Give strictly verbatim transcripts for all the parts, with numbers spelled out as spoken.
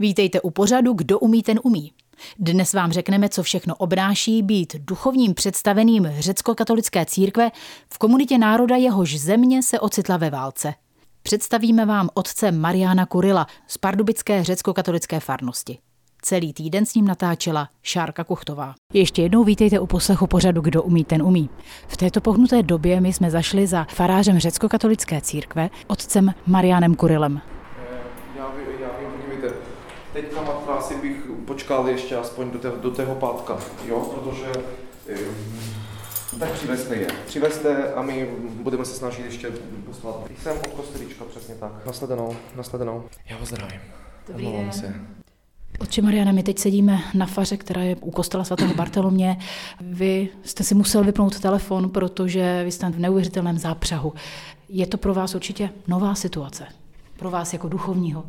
Vítejte u pořadu Kdo umí, ten umí. Dnes vám řekneme, co všechno obnáší být duchovním představeným řeckokatolické církve v komunitě národa, jehož země se ocitla ve válce. Představíme vám otce Mariana Kurila z pardubické řeckokatolické farnosti. Celý týden s ním natáčela Šárka Kuchtová. Ještě jednou vítejte u poslechu pořadu Kdo umí, ten umí. V této pohnuté době my jsme zašli za farářem řeckokatolické církve, otcem Marianem Kurilem. Já vím, já vím, podívejte, teďka Matka asi bych počkal ještě aspoň do, té, do tého pátka, jo, protože e, tak přivezte je. Přivezte a my budeme se snažit ještě poslat. Jsem od kostelíčka, přesně tak. Nasledanou, nasledanou. Já vás zdravím. Dobrý den. Se. Otče Mariane, my teď sedíme na faře, která je u kostela svatého Bartolomě. Vy jste si musel vypnout telefon, protože vy jste v neuvěřitelném zápřahu. Je to pro vás určitě nová situace? Pro vás jako duchovního?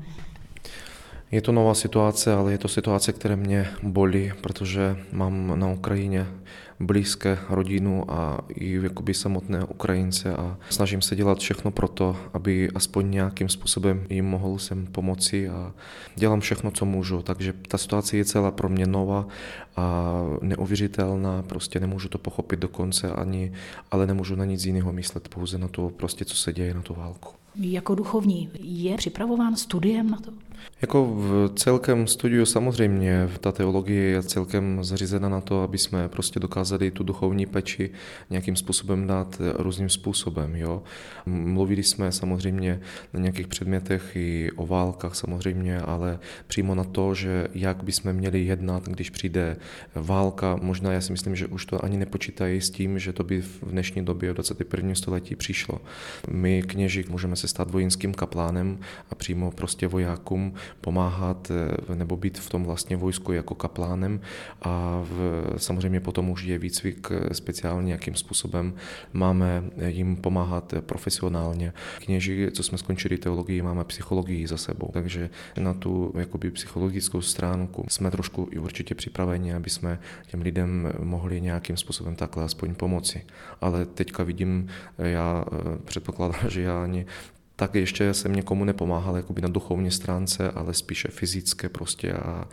Je to nová situace, ale je to situace, která mě bolí, protože mám na Ukrajině blízké rodinu a i jakoby samotné Ukrajince a snažím se dělat všechno pro to, aby aspoň nějakým způsobem jim mohl jsem pomoci a dělám všechno, co můžu. Takže ta situace je celá pro mě nová a neuvěřitelná, prostě nemůžu to pochopit do konce ani, ale nemůžu na nic jiného myslet, pouze na to, prostě, co se děje, na tu válku. Jako duchovní je připravován studiem na to? Jako v celkem studiu samozřejmě, ta teologie je celkem zařízena na to, aby jsme prostě dokázali tu duchovní péči nějakým způsobem dát různým způsobem. Jo? Mluvili jsme samozřejmě na nějakých předmětech i o válkách samozřejmě, ale přímo na to, že jak bychom měli jednat, když přijde válka, možná já si myslím, že už to ani nepočítají s tím, že to by v dnešní době v dvacátém prvním století přišlo. My kněži můžeme se stát vojenským kaplánem a přímo prostě vojákům pomáhat nebo být v tom vlastně vojsku jako kaplánem a v, samozřejmě potom už je výcvik speciálně, jakým způsobem máme jim pomáhat profesionálně. Kněži, co jsme skončili teologii, máme psychologii za sebou, takže na tu jakoby psychologickou stránku jsme trošku i určitě připraveni, aby jsme těm lidem mohli nějakým způsobem takhle aspoň pomoci. Ale teďka vidím, já předpokládám, že já ani tak ještě jsem někomu nepomáhal jakoby na duchovní stránce, ale spíše fyzické prostě a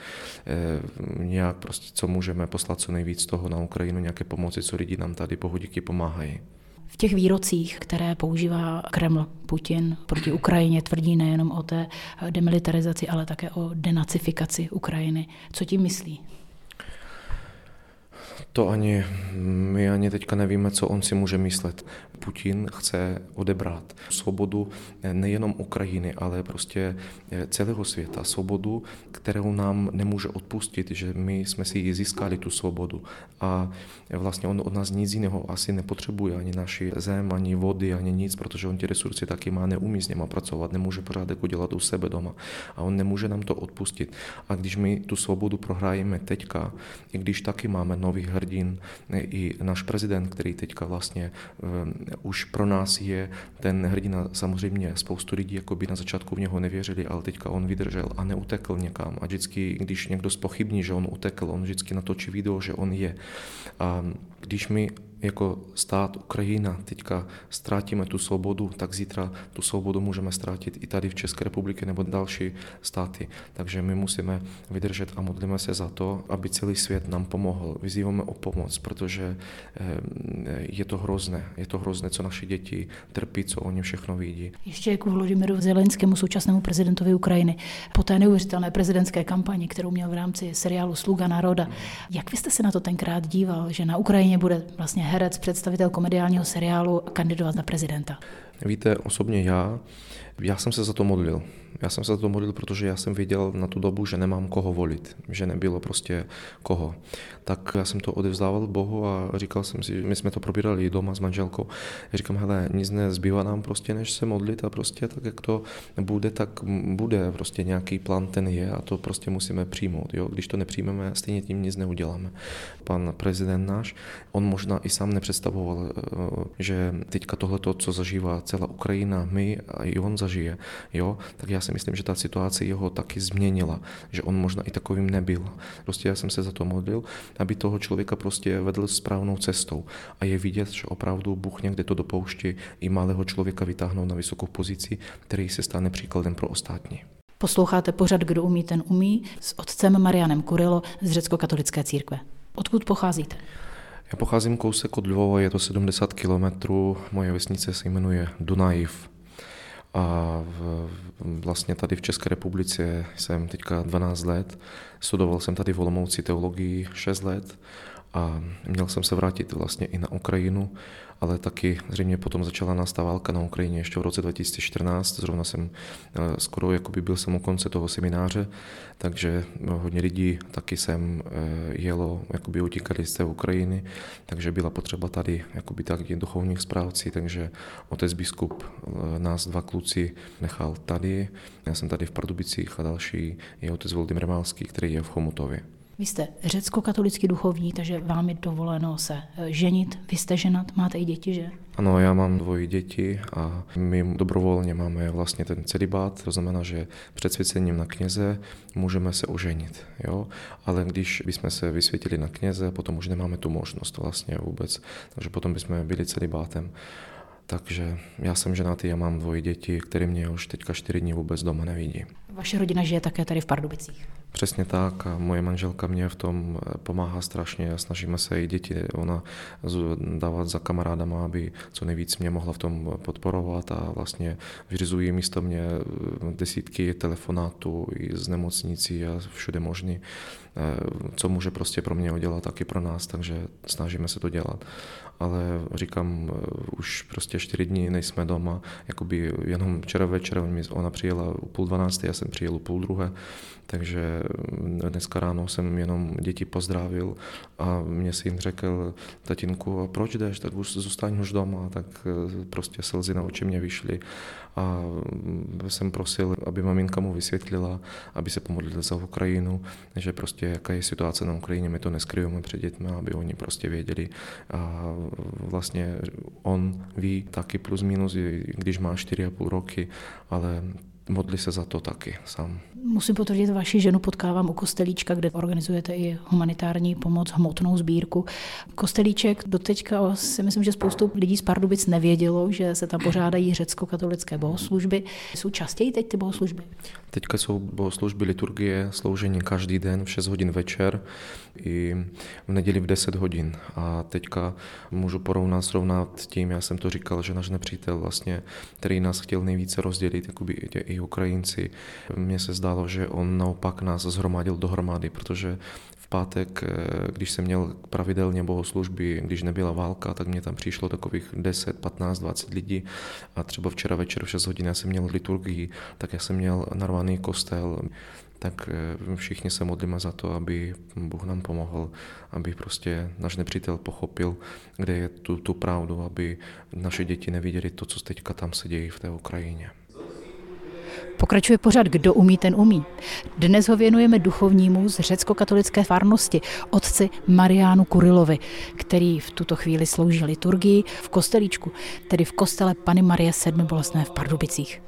e, nějak prostě, co můžeme poslat co nejvíc toho na Ukrajinu, nějaké pomoci, co lidi nám tady bohu díky pomáhají. V těch výrocích, které používá Kreml, Putin proti Ukrajině, tvrdí nejenom o té demilitarizaci, ale také o denacifikaci Ukrajiny. Co tím myslí? To ani, my ani teďka nevíme, co on si může myslet. Putin chce odebrat svobodu nejenom Ukrajiny, ale prostě celého světa. Svobodu, kterou nám nemůže odpustit, že my jsme si ji získali, tu svobodu. A vlastně on od nás nic jiného asi nepotřebuje, ani naši zem, ani vody, ani nic, protože on ty resursy taky má, neumí s něma pracovat, nemůže pořádek udělat u sebe doma. A on nemůže nám to odpustit. A když my tu svobodu prohrajeme teďka, i když taky máme nový hrdin, i náš prezident, který teďka vlastně už pro nás je ten hrdina, samozřejmě spoustu lidí jakoby na začátku v něho nevěřili, ale teďka on vydržel a neutekl někam. A vždycky, když někdo zpochybní, že on utekl, on vždycky natočí video, že on je. A když my jako stát Ukrajina teďka ztrátíme tu svobodu, tak zítra tu svobodu můžeme ztrátit i tady v České republice nebo další státy. Takže my musíme vydržet a modlíme se za to, aby celý svět nám pomohl. Vyzýváme o pomoc, protože je to hrozné. Je to hrozné, co naše děti trpí, co oni všechno vidí. Ještě k Volodymyru Zelenskému, současnému prezidentovi Ukrajiny. Po té neuvěřitelné prezidentské kampani, kterou měl v rámci seriálu Sluga národa. Jak vy jste se na to tenkrát díval, že na Ukrajině bude vlastně herec, představitel komediálního seriálu kandidovat na prezidenta? Víte, osobně já, já jsem se za to modlil. Já jsem se za to modlil, protože já jsem věděl na tu dobu, že nemám koho volit, že nebylo prostě koho. Tak já jsem to odevzdával Bohu a říkal jsem si, my jsme to probírali doma s manželkou. Já říkám, hele, nic nezbývá nám prostě, než se modlit a prostě tak, jak to bude, tak bude, prostě nějaký plán ten je a to prostě musíme přijmout. Jo? Když to nepřijmeme, stejně tím nic neuděláme. Pan prezident náš, on možná i sám nepředstavoval, že teďka tohleto, co zažívá celá Ukrajina, my a i on zažije, jo? Tak já si myslím, že ta situace jeho taky změnila, že on možná i takovým nebyl. Prostě já jsem se za to modlil, aby toho člověka prostě vedl správnou cestou. A je vidět, že opravdu Bůh někde to dopouští i malého člověka vytáhnout na vysokou pozici, který se stane příkladem pro ostatní. Posloucháte pořad Kdo umí, ten umí s otcem Marianem Kurylo z řeckokatolické církve. Odkud pocházíte? Já pocházím kousek od Lvova, je to sedmdesát kilometrů, moje vesnice se jmenuje Dunajiv. A v, vlastně tady v České republice jsem teďka dvanáct let, studoval jsem tady v Olomouci teologii šest let a měl jsem se vrátit vlastně i na Ukrajinu, ale taky zřejmě potom začala nás ta válka na Ukrajině ještě v roce dva tisíce čtrnáct, zrovna jsem skoro jakoby byl jsem u konce toho semináře, takže hodně lidí taky sem jelo, jakoby utíkali z té Ukrajiny, takže byla potřeba tady jakoby taky duchovních správcí, takže otec biskup nás dva kluci nechal tady, já jsem tady v Pardubicích a další je otec Volodymyr Malský, který je v Chomutově. Vy jste řeckokatolický duchovní, takže vám je dovoleno se ženit, vy jste ženat, máte i děti, že? Ano, já mám dvoje děti a my dobrovolně máme vlastně ten celibát, to znamená, že před svěcením na kněze můžeme se oženit, jo? Ale když bychom se vysvětili na kněze, potom už nemáme tu možnost vlastně vůbec, takže potom bychom byli celibátem. Takže já jsem ženatý a mám dvoje děti, které mě už teďka čtyři dny vůbec doma nevidí. Vaše rodina žije také tady v Pardubicích? Přesně tak a moje manželka mě v tom pomáhá strašně a snažíme se i děti ona dávat za kamarádama, aby co nejvíc mě mohla v tom podporovat a vlastně vyřizují místo mě desítky telefonátů i z nemocnicí a všude možný, co může prostě pro mě udělat, tak i pro nás, takže snažíme se to dělat. Ale říkám, už prostě čtyři dny nejsme doma, jakoby jenom včera večer, ona přijela u půl dvanácté, já jsem přijel u půl druhé, takže dneska ráno jsem jenom děti pozdravil a mě si jim řekl, tatínku, a proč jdeš, tak už zůstaň už doma, tak prostě slzy na oči mě vyšly a jsem prosil, aby maminka mu vysvětlila, aby se pomodlila za Ukrajinu, že prostě jaká je situace na Ukrajině, my to neskrýváme před dětmi, aby oni prostě věděli a vlastně on ví taky plus minus, když má čtyři a půl roky, ale modlí se za to taky sám. Musím potvrdit, vaši ženu potkávám u Kostelíčka, kde organizujete i humanitární pomoc, hmotnou sbírku. Kostelíček doteďka si myslím, že spoustu lidí z Pardubic nevědělo, že se tam pořádají řeckokatolické bohoslužby. Jsou častěji teď ty bohoslužby? Teďka jsou bohoslužby liturgie, sloužení každý den v šest hodin večer i v neděli v deset hodin. A teďka můžu porovnat, srovnat tím, já jsem to říkal, že náš nepřítel vlastně, který nás chtěl nejvíce rozdělit, jakoby i Ukrajinci, mně se zdálo, že on naopak nás zhromadil dohromady, protože v pátek, když jsem měl pravidelně bohoslužby, když nebyla válka, tak mě tam přišlo takových deset, patnáct, dvacet lidí a třeba včera večer v šest hodin já jsem měl liturgii, tak já jsem měl narvaný kostel, tak všichni se modlíme za to, aby Bůh nám pomohl, aby prostě náš nepřítel pochopil, kde je tu, tu pravdu, aby naše děti neviděli to, co teďka tam se děje v té Ukrajině. Pokračuje pořad Kdo umí, ten umí. Dnes ho věnujeme duchovnímu z řeckokatolické farnosti, otci Marianu Kurylovi, který v tuto chvíli slouží liturgii v Kostelíčku, tedy v kostele Panny Marie Sedmibolestné v Pardubicích.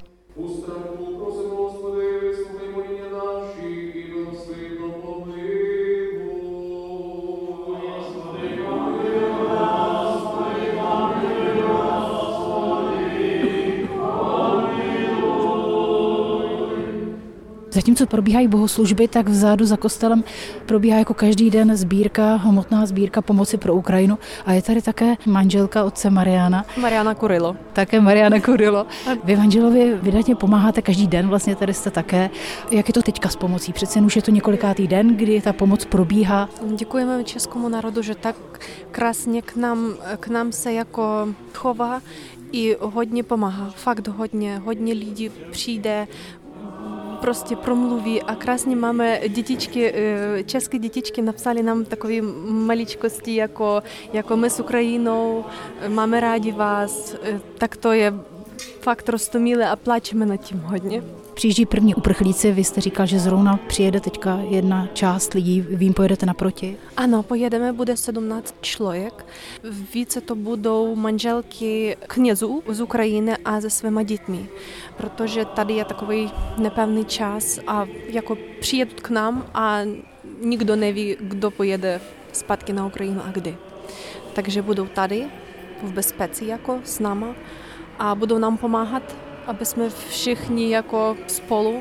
Zatímco probíhají bohoslužby, tak vzadu za kostelem probíhá jako každý den sbírka, hmotná sbírka pomoci pro Ukrajinu. A je tady také manželka otce Mariana. Mariana Kurylo. Také Mariana Kurylo. Vy manželovi vydatně pomáháte každý den, vlastně tady jste také. Jak je to teďka s pomocí? Přece už je to několikátý den, kdy ta pomoc probíhá. Děkujeme českému národu, že tak krásně k nám, k nám se jako chová i hodně pomáhá. Fakt hodně, hodně lidí přijde, prostě promluví a krásně máme dětičky, české dětičky napsali nám takové maličkosti, jako, jako my s Ukrajinou, máme rádi vás, tak to je fakt roztomilé a pláčeme nad tím hodně. Přijíždí první uprchlíci, vy jste říkal, že zrovna přijede teďka jedna část lidí, vy jim pojedete naproti? Ano, pojedeme, bude sedmnáct člověk. Více to budou manželky knězů z Ukrajiny a se svýma dětmi, protože tady je takový nepevný čas a jako přijedou k nám a nikdo neví, kdo pojede zpátky na Ukrajinu a kdy. Takže budou tady v bezpečí jako s náma a budou nám pomáhat, aby jsme všichni jako spolu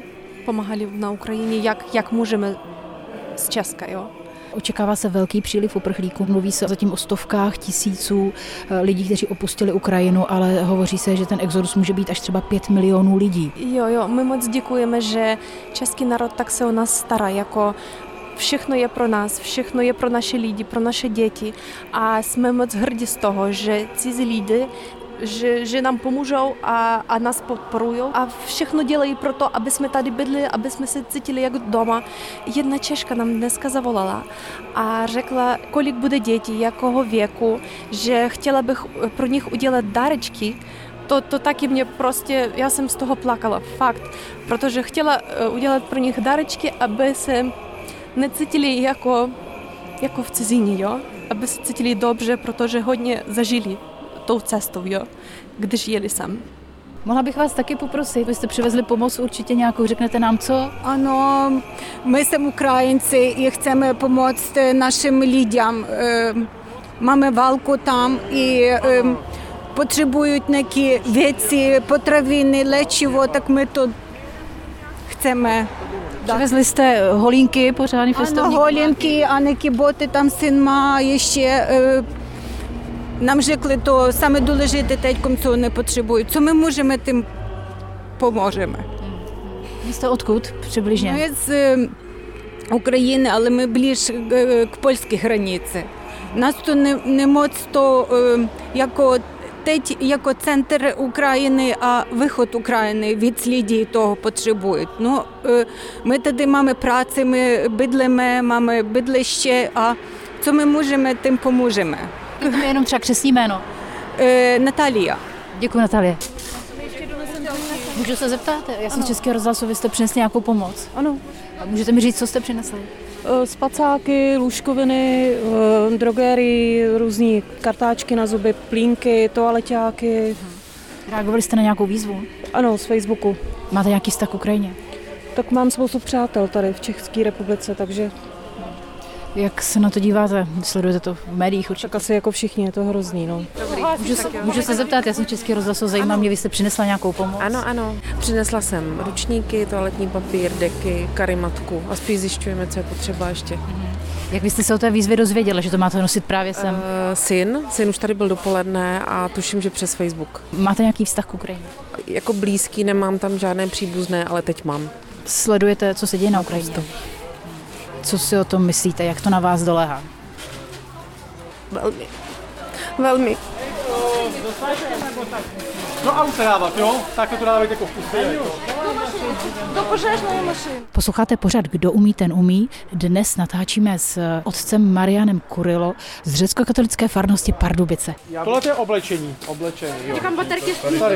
pomáhali na Ukrajině, jak, jak můžeme z Česka, jo. Očekává se velký příliv uprchlíků. Mluví se zatím o stovkách tisíců lidí, kteří opustili Ukrajinu, ale hovoří se, že ten exodus může být až třeba pět milionů lidí. Jo, jo, my moc děkujeme, že český národ tak se o nás stará, jako všechno je pro nás, všechno je pro naše lidi, pro naše děti a jsme moc hrdí z toho, že cizí lidi Že, že nám pomůžou a, a nás podporují a všechno dělají pro to, aby jsme tady bydli, aby jsme se cítili jak doma. Jedna Češka nám dneska zavolala a řekla, kolik bude dětí, jakého věku, že chtěla bych pro nich udělat dárečky. To, to taky mě prostě, já jsem z toho plakala, fakt, protože chtěla udělat pro nich dárečky, aby se necítili jako, jako v cizině, jo? Aby se cítili dobře, protože hodně zažili tou cestou, jo, když jeli sem. Mohla bych vás taky poprosit, vy jste přivezli pomoc určitě nějakou, řeknete nám co? Ano, my jsme Ukrajinci i chceme pomoct našim lidem. Máme válku tam i potřebují nějaké věci, potraviny, léčivo, tak my to chceme. Přivezli jste holínky, pořádný festovní. Ano, holínky a nějaké boty, tam syn má ještě. Нам řekli to саме důležité teď, co oni potřebují. Co my můžeme, tím pomůžeme. Vy jste odkud přibližně? My z України, ale my blíž k polské hranici. Нас to не, не moc to jako teď jako центр України, a východ України víc lidí toho potřebují. No, my tady máme práci, my bydlíme, máme bydliště a co my můžeme, tím pomůžeme. Pojďme jenom třeba křestní jméno. E, Natália. Děkuji, Natálie. Můžu se zeptat? Já jsem z Českého rozhlasu, vy jste přinesli nějakou pomoc. Ano. A můžete mi říct, co jste přinesli? Spacáky, lůžkoviny, drogery, různé kartáčky na zuby, plínky, toaleťáky. Reagovali jste na nějakou výzvu? Ano, z Facebooku. Máte nějaký vztah k Ukrajině? Tak mám spoustu přátel tady v České republice, takže... Jak se na to díváte? Sledujete to v médiích určitě? Tak asi jako všichni, je to hrozný, no. Můžu se, můžu se zeptat, já jsem Český rozhlasu, zajímá mě, vy jste přinesla nějakou pomoc? Ano, ano. Přinesla jsem ručníky, toaletní papír, deky, karimatku a spíš zjišťujeme, co je potřeba ještě. Jak byste se o té výzvě dozvěděli, že to máte nosit právě sem? Uh, syn, syn už tady byl dopoledne a tuším, že přes Facebook. Máte nějaký vztah k Ukrajině? Jako blízký, nemám tam žádné příbuzné, ale teď mám. Sledujete, co se děje na Ukrajině? Co si o tom myslíte? Jak to na vás doléhá? Velmi. Velmi. No auto dávat, jo? Tak to dávejte jako v pustě. Do požárné mašiny. Posloucháte pořad Kdo umí, ten umí. Dnes natáčíme s otcem Marianem Kurilo z řeckokatolické farnosti Pardubice. Tohle je oblečení. Oblečení, jo. Tam baterky Tady.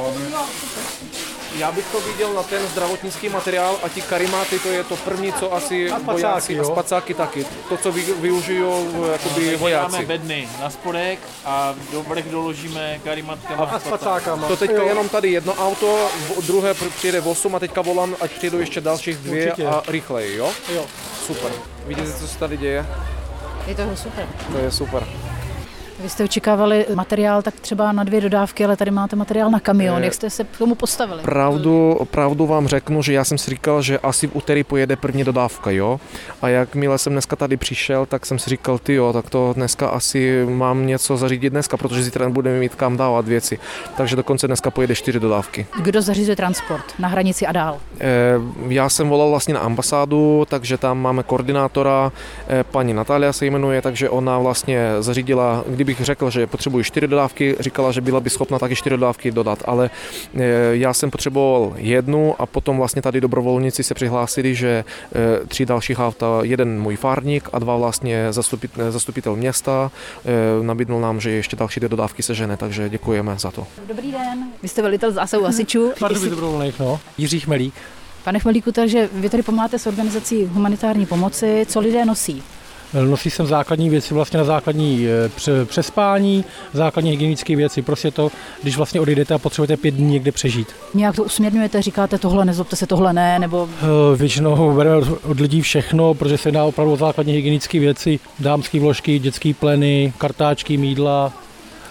Já bych to viděl na ten zdravotnický materiál a ti karimáty, to je to první, co asi vojáci a spacáky taky. To, co vy, využijou jakoby vojáci. Máme bedny na spodek a do vrch doložíme karimátkama a spacákama. To teďka jenom tady jedno auto, druhé přijede osm a teďka volám, ať přijedou ještě dalších dvě. Určitě. A rychleji, jo? Jo. Super. Vidíte, co se tady děje? Je to super. To je super. Vy jste očekávali materiál tak třeba na dvě dodávky, ale tady máte materiál na kamion. Jak jste se k tomu postavili? Pravdu, pravdu vám řeknu, že já jsem si říkal, že asi v úterý pojede první dodávka, jo. A jakmile jsem dneska tady přišel, tak jsem si říkal, ty jo, tak to dneska asi mám něco zařídit dneska, protože zítra budeme mít kam dávat věci. Takže dokonce dneska pojede čtyři dodávky. Kdo zařizuje transport na hranici a dál? Já jsem volal vlastně na ambasádu, takže tam máme koordinátora, paní Natália se jmenuje, takže ona vlastně zařídila, kdybych řekl, že potřebuji čtyři dodávky, říkala, že byla by schopna taky čtyři dodávky dodat, ale já jsem potřeboval jednu a potom vlastně tady dobrovolníci se přihlásili, že tři dalších auta, jeden můj farník a dva vlastně zastupitel města, nabídnul nám, že ještě další dodávky sežene, takže děkujeme za to. Dobrý den, vy jste velitel zásahu hasičů. Pardubic dobrovolných, no. Jiří Chmelík. Pane Chmelíku, takže vy tady pomáháte s organizací humanitární pomoci, co lidé nosí? Nosí sem základní věci vlastně na základní přespání, základní hygienické věci. Prostě to, když vlastně odejdete a potřebujete pět dní někde přežít. Nějak to usměrňujete, říkáte tohle nezlobte se, tohle ne, nebo... Většinou bereme od lidí všechno, protože se jedná opravdu o základní hygienické věci. Dámské vložky, dětské pleny, kartáčky, mýdla,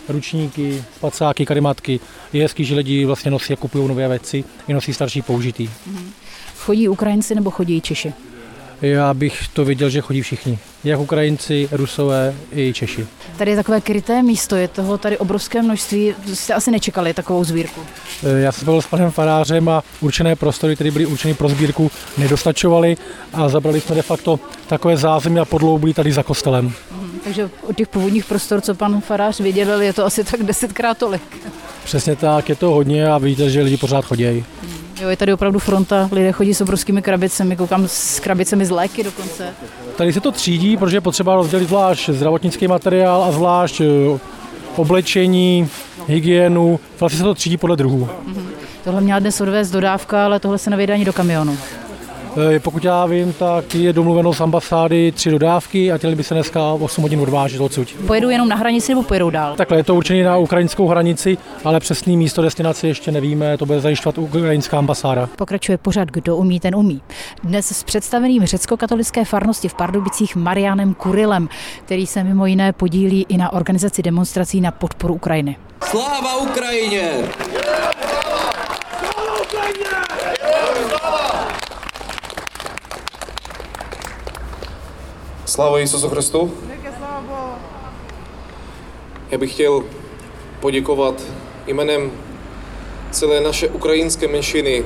ručníky, spacáky, karimatky. Je hezký, že lidi vlastně nosí a kupují nové věci, i nosí starší použitý. Chodí Ukrajinci nebo chodí Češi? Já bych to viděl, že chodí všichni. Jak Ukrajinci, Rusové i Češi. Tady je takové kryté místo, je toho tady obrovské množství. Jste asi nečekali takovou sbírku? Já jsem byl s panem farářem a určené prostory, které byly určeny pro sbírku, nedostačovaly a zabrali jsme de facto takové zázemí a podlohu byly tady za kostelem. Mhm, takže od těch původních prostor, co pan farář vydělil, je to asi tak desetkrát tolik. Přesně tak, je to hodně a vidíte, že lidi pořád chodí. Jo, je tady opravdu fronta, lidé chodí s obrovskými krabicemi, koukám s krabicemi z léky dokonce. Tady se to třídí, protože je potřeba rozdělit zvlášť zdravotnický materiál a zvlášť oblečení, hygienu, vlastně se to třídí podle druhů. Mm-hmm. Tohle měla dnes odvést dodávka, ale tohle se nevejde ani do kamionu. Pokud já vím, tak je domluveno z ambasády tři dodávky a těli by se dneska osm hodin odvážet odsud. Pojedou jenom na hranici nebo pojedou dál? Takhle je to určené na ukrajinskou hranici, ale přesný místo destinace ještě nevíme, to bude zajišťovat ukrajinská ambasáda. Pokračuje pořad Kdo umí, ten umí. Dnes s představeným řecko-katolické farnosti v Pardubicích Marianem Kurilem, který se mimo jiné podílí i na organizaci demonstrací na podporu Ukrajiny. Sláva Ukrajině! Sláva Isusu Christu. Já bych chtěl poděkovat jménem celé naše ukrajinské menšiny,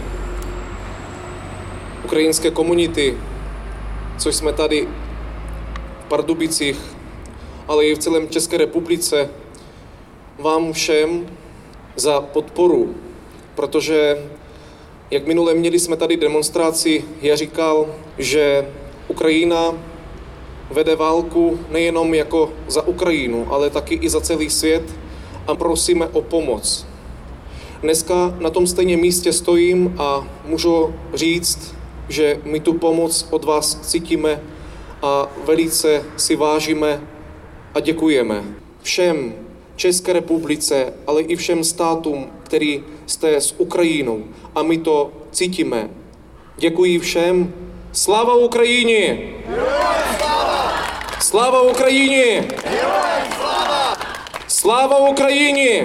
ukrajinské komunity, co jsme tady v Pardubicích, ale i v celém České republice, vám všem za podporu, protože jak minule měli jsme tady demonstraci, já říkal, že Ukrajina vede válku nejenom jako za Ukrajinu, ale taky i za celý svět a prosíme o pomoc. Dneska na tom stejném místě stojím a můžu říct, že my tu pomoc od vás cítíme a velice si vážíme a děkujeme. Všem České republice, ale i všem státům, který jste s Ukrajinou a my to cítíme. Děkuji všem. Sláva Ukrajině! Sláva Ukrajině! Sláva Ukrajině!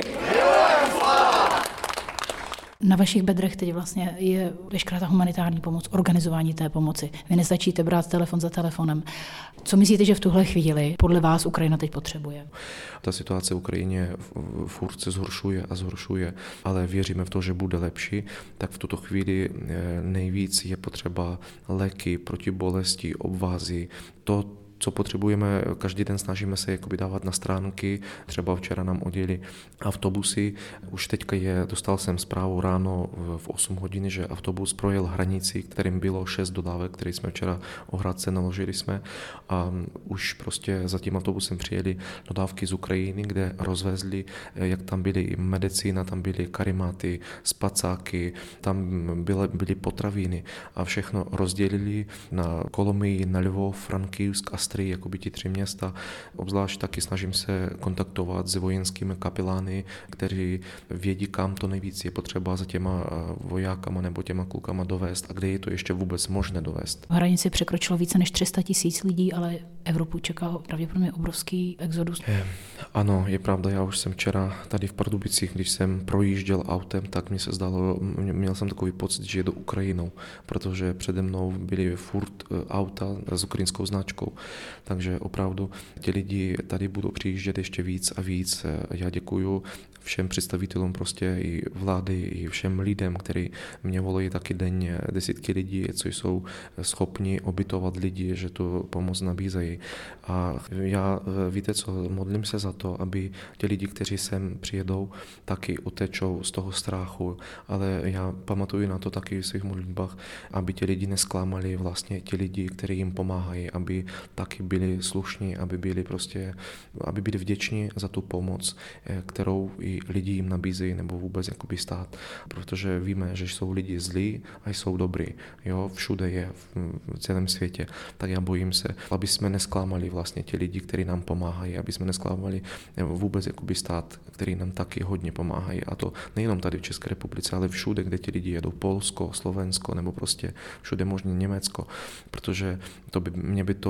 Na vašich bedrech teď vlastně je veškerá ta humanitární pomoc, organizování té pomoci. Vy nestačíte brát telefon za telefonem. Co myslíte, že v tuhle chvíli podle vás Ukrajina teď potřebuje? Ta situace v Ukrajině furt se zhoršuje a zhoršuje, ale věříme v to, že bude lepší. Tak v tuto chvíli nejvíc je potřeba léky proti bolesti, obvazy, to, co potřebujeme, každý den snažíme se jakoby dávat na stránky, třeba včera nám odjeli autobusy, už teďka je, dostal jsem zprávu ráno v osm hodin, že autobus projel hranici, kterým bylo šest dodávek, které jsme včera o Hradce naložili jsme a už prostě za tím autobusem přijeli dodávky z Ukrajiny, kde rozvezli, jak tam byly medicína, tam byly karimáty, spacáky, tam byly, byly potraviny a všechno rozdělili na Kolomii, na Lvov, Frankivsk a Stry, jakoby ti tři města. Obzvlášť taky snažím se kontaktovat s vojenskými kapilány, kteří vědí, kam to nejvíc je potřeba za těma vojákama nebo těma klukama dovést a kde je to ještě vůbec možné dovést. V hranici překročilo více než tři sta tisíc lidí, ale Evropu čeká pravděpodobně obrovský exodus. Je, ano, je pravda, já už jsem včera tady v Pardubicích, když jsem projížděl autem, tak mi se zdalo, měl jsem takový pocit, že jedu Ukrajinou, protože přede mnou byly furt auta s ukrajinskou značkou. Takže opravdu ti lidi tady budou přijíždět ještě víc a víc. Já děkuju všem představitelům prostě i vlády, i všem lidem, kteří mě volají taky denně desítky lidí, co jsou schopni ubytovat lidi, že tu pomoc nabízejí. A já, víte co, modlím se za to, aby ti lidi, kteří sem přijedou, taky utečou z toho strachu, ale já pamatuju na to taky v svých modlitbách, aby ti lidi nesklamali vlastně ti lidi, kteří jim pomáhají, aby taky byli slušní, aby byli prostě, aby byli vděční za tu pomoc, kterou i lidi jim nabízejí, nebo vůbec jakoby stát, protože víme, že jsou lidi zlí a jsou dobrý, jo, všude je, v celém světě, tak já bojím se, aby jsme nesklamali vlastně ti lidi, kteří nám pomáhají, aby jsme nesklamali vůbec jakoby stát, který nám taky hodně pomáhají, a to nejenom tady v České republice, ale všude, kde ti lidi jedou, Polsko, Slovensko, nebo prostě všude možně Německo, protože to by, mě by to potom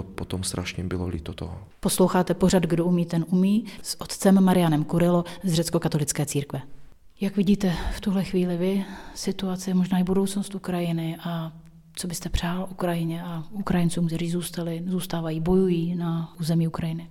strašně bylo líto toho. Posloucháte pořad Kdo umí, ten umí s otcem Marianem Kurilo z řeckokatolické církve. Jak vidíte v tuhle chvíli vy situaci, možná i budoucnost Ukrajiny a co byste přál Ukrajině a Ukrajincům, kteří zůstali, zůstávají, bojují na území Ukrajiny?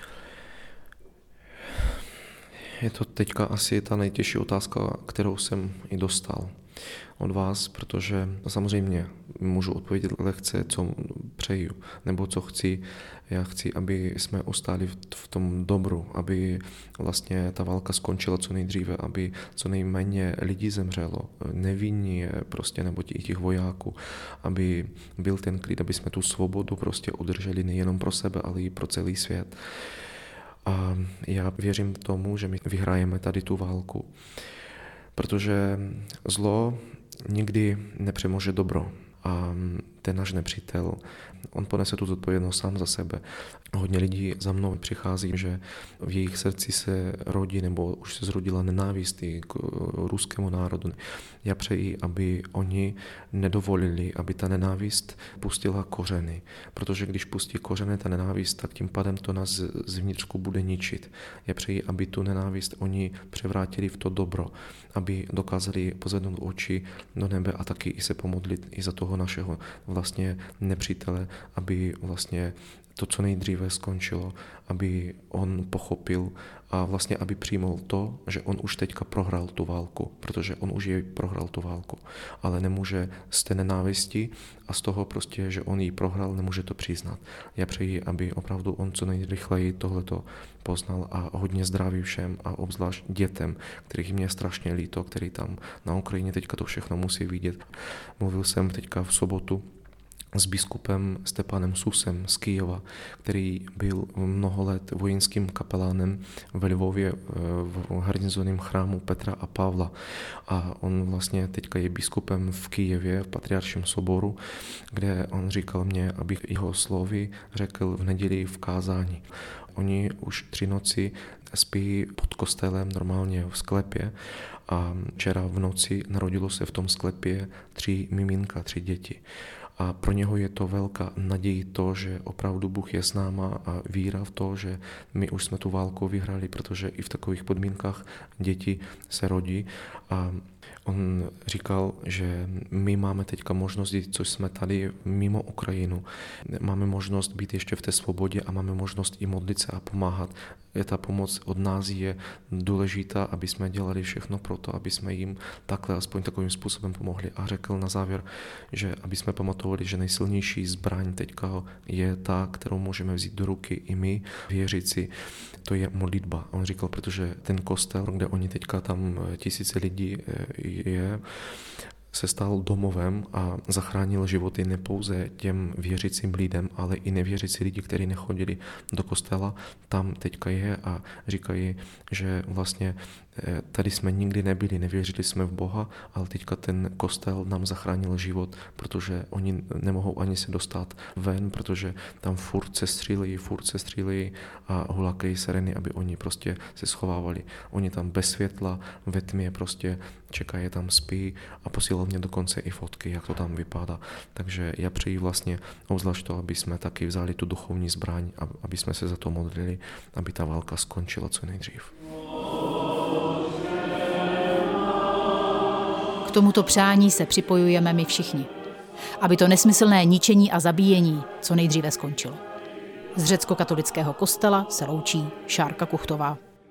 Je to teďka asi ta nejtěžší otázka, kterou jsem i dostal od vás, protože samozřejmě můžu odpovědět lehce, co přeju, nebo co chci. Já chci, aby jsme ostali v tom dobru, aby vlastně ta válka skončila co nejdříve, aby co nejméně lidí zemřelo, nevinní prostě, nebo i těch vojáků, aby byl ten klid, aby jsme tu svobodu prostě udrželi nejenom pro sebe, ale i pro celý svět. A já věřím tomu, že my vyhrajeme tady tu válku, protože zlo nikdy nepřemůže dobro. A ten náš nepřítel, on ponese tu zodpovědnost sám za sebe. Hodně lidí za mnou přichází, že v jejich srdci se rodí, nebo už se zrodila nenávist k ruskému národu. Já přeji, aby oni nedovolili, aby ta nenávist pustila kořeny. Protože když pustí kořeny ta nenávist, tak tím pádem to nás zvnitřku bude ničit. Já přeji, aby tu nenávist oni převrátili v to dobro, aby dokázali pozvednout oči do nebe a taky i se pomodlit i za toho našeho vlastně nepřítele, aby vlastně to co nejdříve skončilo, aby on pochopil a vlastně aby přijmul to, že on už teďka prohrál tu válku, protože on už je prohrál tu válku, ale nemůže z té nenávisti a z toho prostě, že on ji prohrál, nemůže to přiznat. Já přeji, aby opravdu on co nejrychleji tohleto poznal a hodně zdraví všem a obzvlášť dětem, kterých mě je strašně líto, který tam na Ukrajině teďka to všechno musí vidět. Mluvil jsem teďka v sobotu s biskupem Stepanem Susem z Kyjeva, který byl mnoho let vojenským kapelánem ve Lvově v garnizonním chrámu Petra a Pavla. A on vlastně teďka je biskupem v Kyjevě, v Patriarším soboru, kde on říkal mě, abych jeho slovy řekl v neděli v kázání. Oni už tři noci spí pod kostelem normálně v sklepě a včera v noci narodilo se v tom sklepě tři miminka, tři děti. A pro něho je to velká naděje to, že opravdu Bůh je s náma a víra v to, že my už jsme tu válku vyhrali, protože i v takových podmínkách děti se rodí. A on říkal, že my máme teďka možnost, což jsme tady mimo Ukrajinu, máme možnost být ještě v té svobodě a máme možnost i modlit se a pomáhat. Ta pomoc od nás je důležitá, aby jsme dělali všechno pro to, aby jsme jim takhle aspoň takovým způsobem pomohli. A řekl na závěr, že aby jsme pamatovali, že nejsilnější zbraň teďka je ta, kterou můžeme vzít do ruky i my, věřící, to je modlitba. On říkal, protože ten kostel, kde oni teďka tam tisíce lidí je, se stal domovem a zachránil životy ne pouze těm věřícím lidem, ale i nevěřící lidi, kteří nechodili do kostela, tam teďka je a říkají, že vlastně tady jsme nikdy nebyli, nevěřili jsme v Boha, ale teďka ten kostel nám zachránil život, protože oni nemohou ani se dostat ven, protože tam furt se střílejí, furt se střílejí a hulákají sireny, aby oni prostě se schovávali. Oni tam bez světla, ve tmě prostě čekají, tam spí a posílal mě dokonce i fotky, jak to tam vypadá. Takže já přeji vlastně obzvlášť to, aby jsme taky vzali tu duchovní zbraň, aby jsme se za to modlili, aby ta válka skončila co nejdřív. K tomuto přání se připojujeme my všichni. Aby to nesmyslné ničení a zabíjení co nejdříve skončilo. Z řeckokatolického kostela se loučí Šárka Kuchtová.